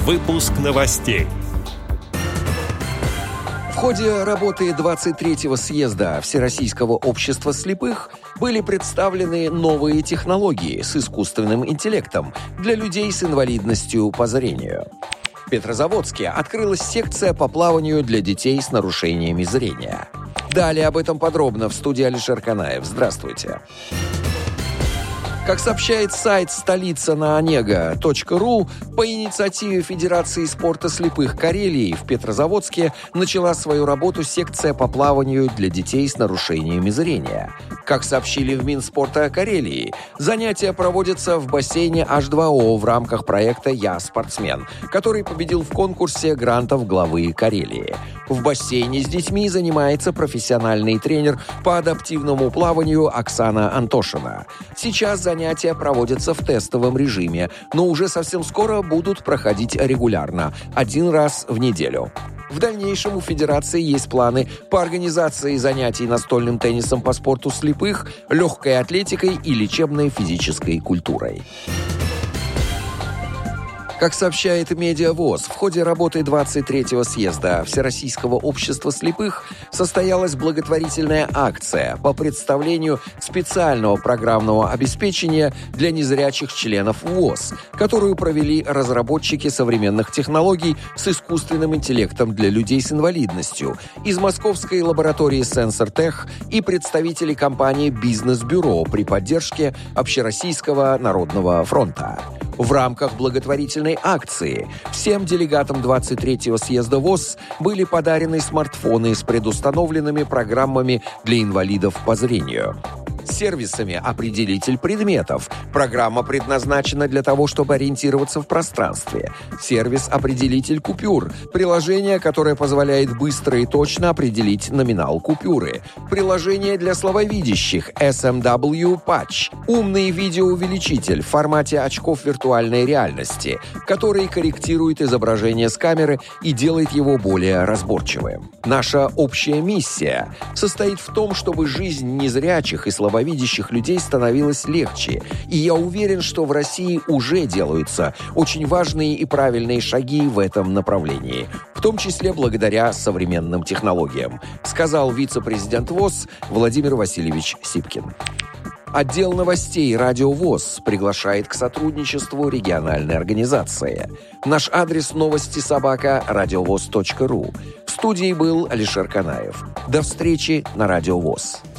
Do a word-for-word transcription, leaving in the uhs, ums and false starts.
Выпуск новостей. В ходе работы двадцать третьего съезда Всероссийского общества слепых были представлены новые технологии с искусственным интеллектом для людей с инвалидностью по зрению. В Петрозаводске открылась секция по плаванию для детей с нарушениями зрения. Далее об этом подробно в студии Алишер Канаев. Здравствуйте. Как сообщает сайт столица на онега точка ру, по инициативе Федерации спорта слепых Карелии в Петрозаводске начала свою работу секция по плаванию для детей с нарушениями зрения. Как сообщили в Минспорта Карелии, занятия проводятся в бассейне эйч два о в рамках проекта «Я спортсмен», который победил в конкурсе грантов главы Карелии. В бассейне с детьми занимается профессиональный тренер по адаптивному плаванию Оксана Антошина. Сейчас занятия проводятся в тестовом режиме, но уже совсем скоро будут проходить регулярно, один раз в неделю. В дальнейшем у Федерации есть планы по организации занятий настольным теннисом по спорту слепых, легкой атлетикой и лечебной физической культурой. Как сообщает Медиавоз, в ходе работы двадцать третьего съезда Всероссийского общества слепых состоялась благотворительная акция по представлению специального программного обеспечения для незрячих членов ВОС, которую провели разработчики современных технологий с искусственным интеллектом для людей с инвалидностью из московской лаборатории Сенсортех и представители компании «Бизнес-бюро» при поддержке Общероссийского народного фронта. В рамках благотворительной акции всем делегатам двадцать третьего съезда ВОС были подарены смартфоны с предустановленными программами для инвалидов по зрению. Сервисами «Определитель предметов». Программа предназначена для того, чтобы ориентироваться в пространстве. Сервис «Определитель купюр». Приложение, которое позволяет быстро и точно определить номинал купюры. Приложение для слабовидящих эс эм дабл ю Patch. Умный видеоувеличитель в формате очков виртуальной реальности, который корректирует изображение с камеры и делает его более разборчивым. Наша общая миссия состоит в том, чтобы жизнь незрячих и слабовидящих слабовидящих людей становилось легче. И я уверен, что в России уже делаются очень важные и правильные шаги в этом направлении, в том числе благодаря современным технологиям, сказал вице-президент ВОС Владимир Васильевич Сипкин. Отдел новостей «Радио ВОС» приглашает к сотрудничеству региональной организации. Наш адрес новости собака радиовоз точка ру. В студии был Алишер Канаев. До встречи на Радио ВОС.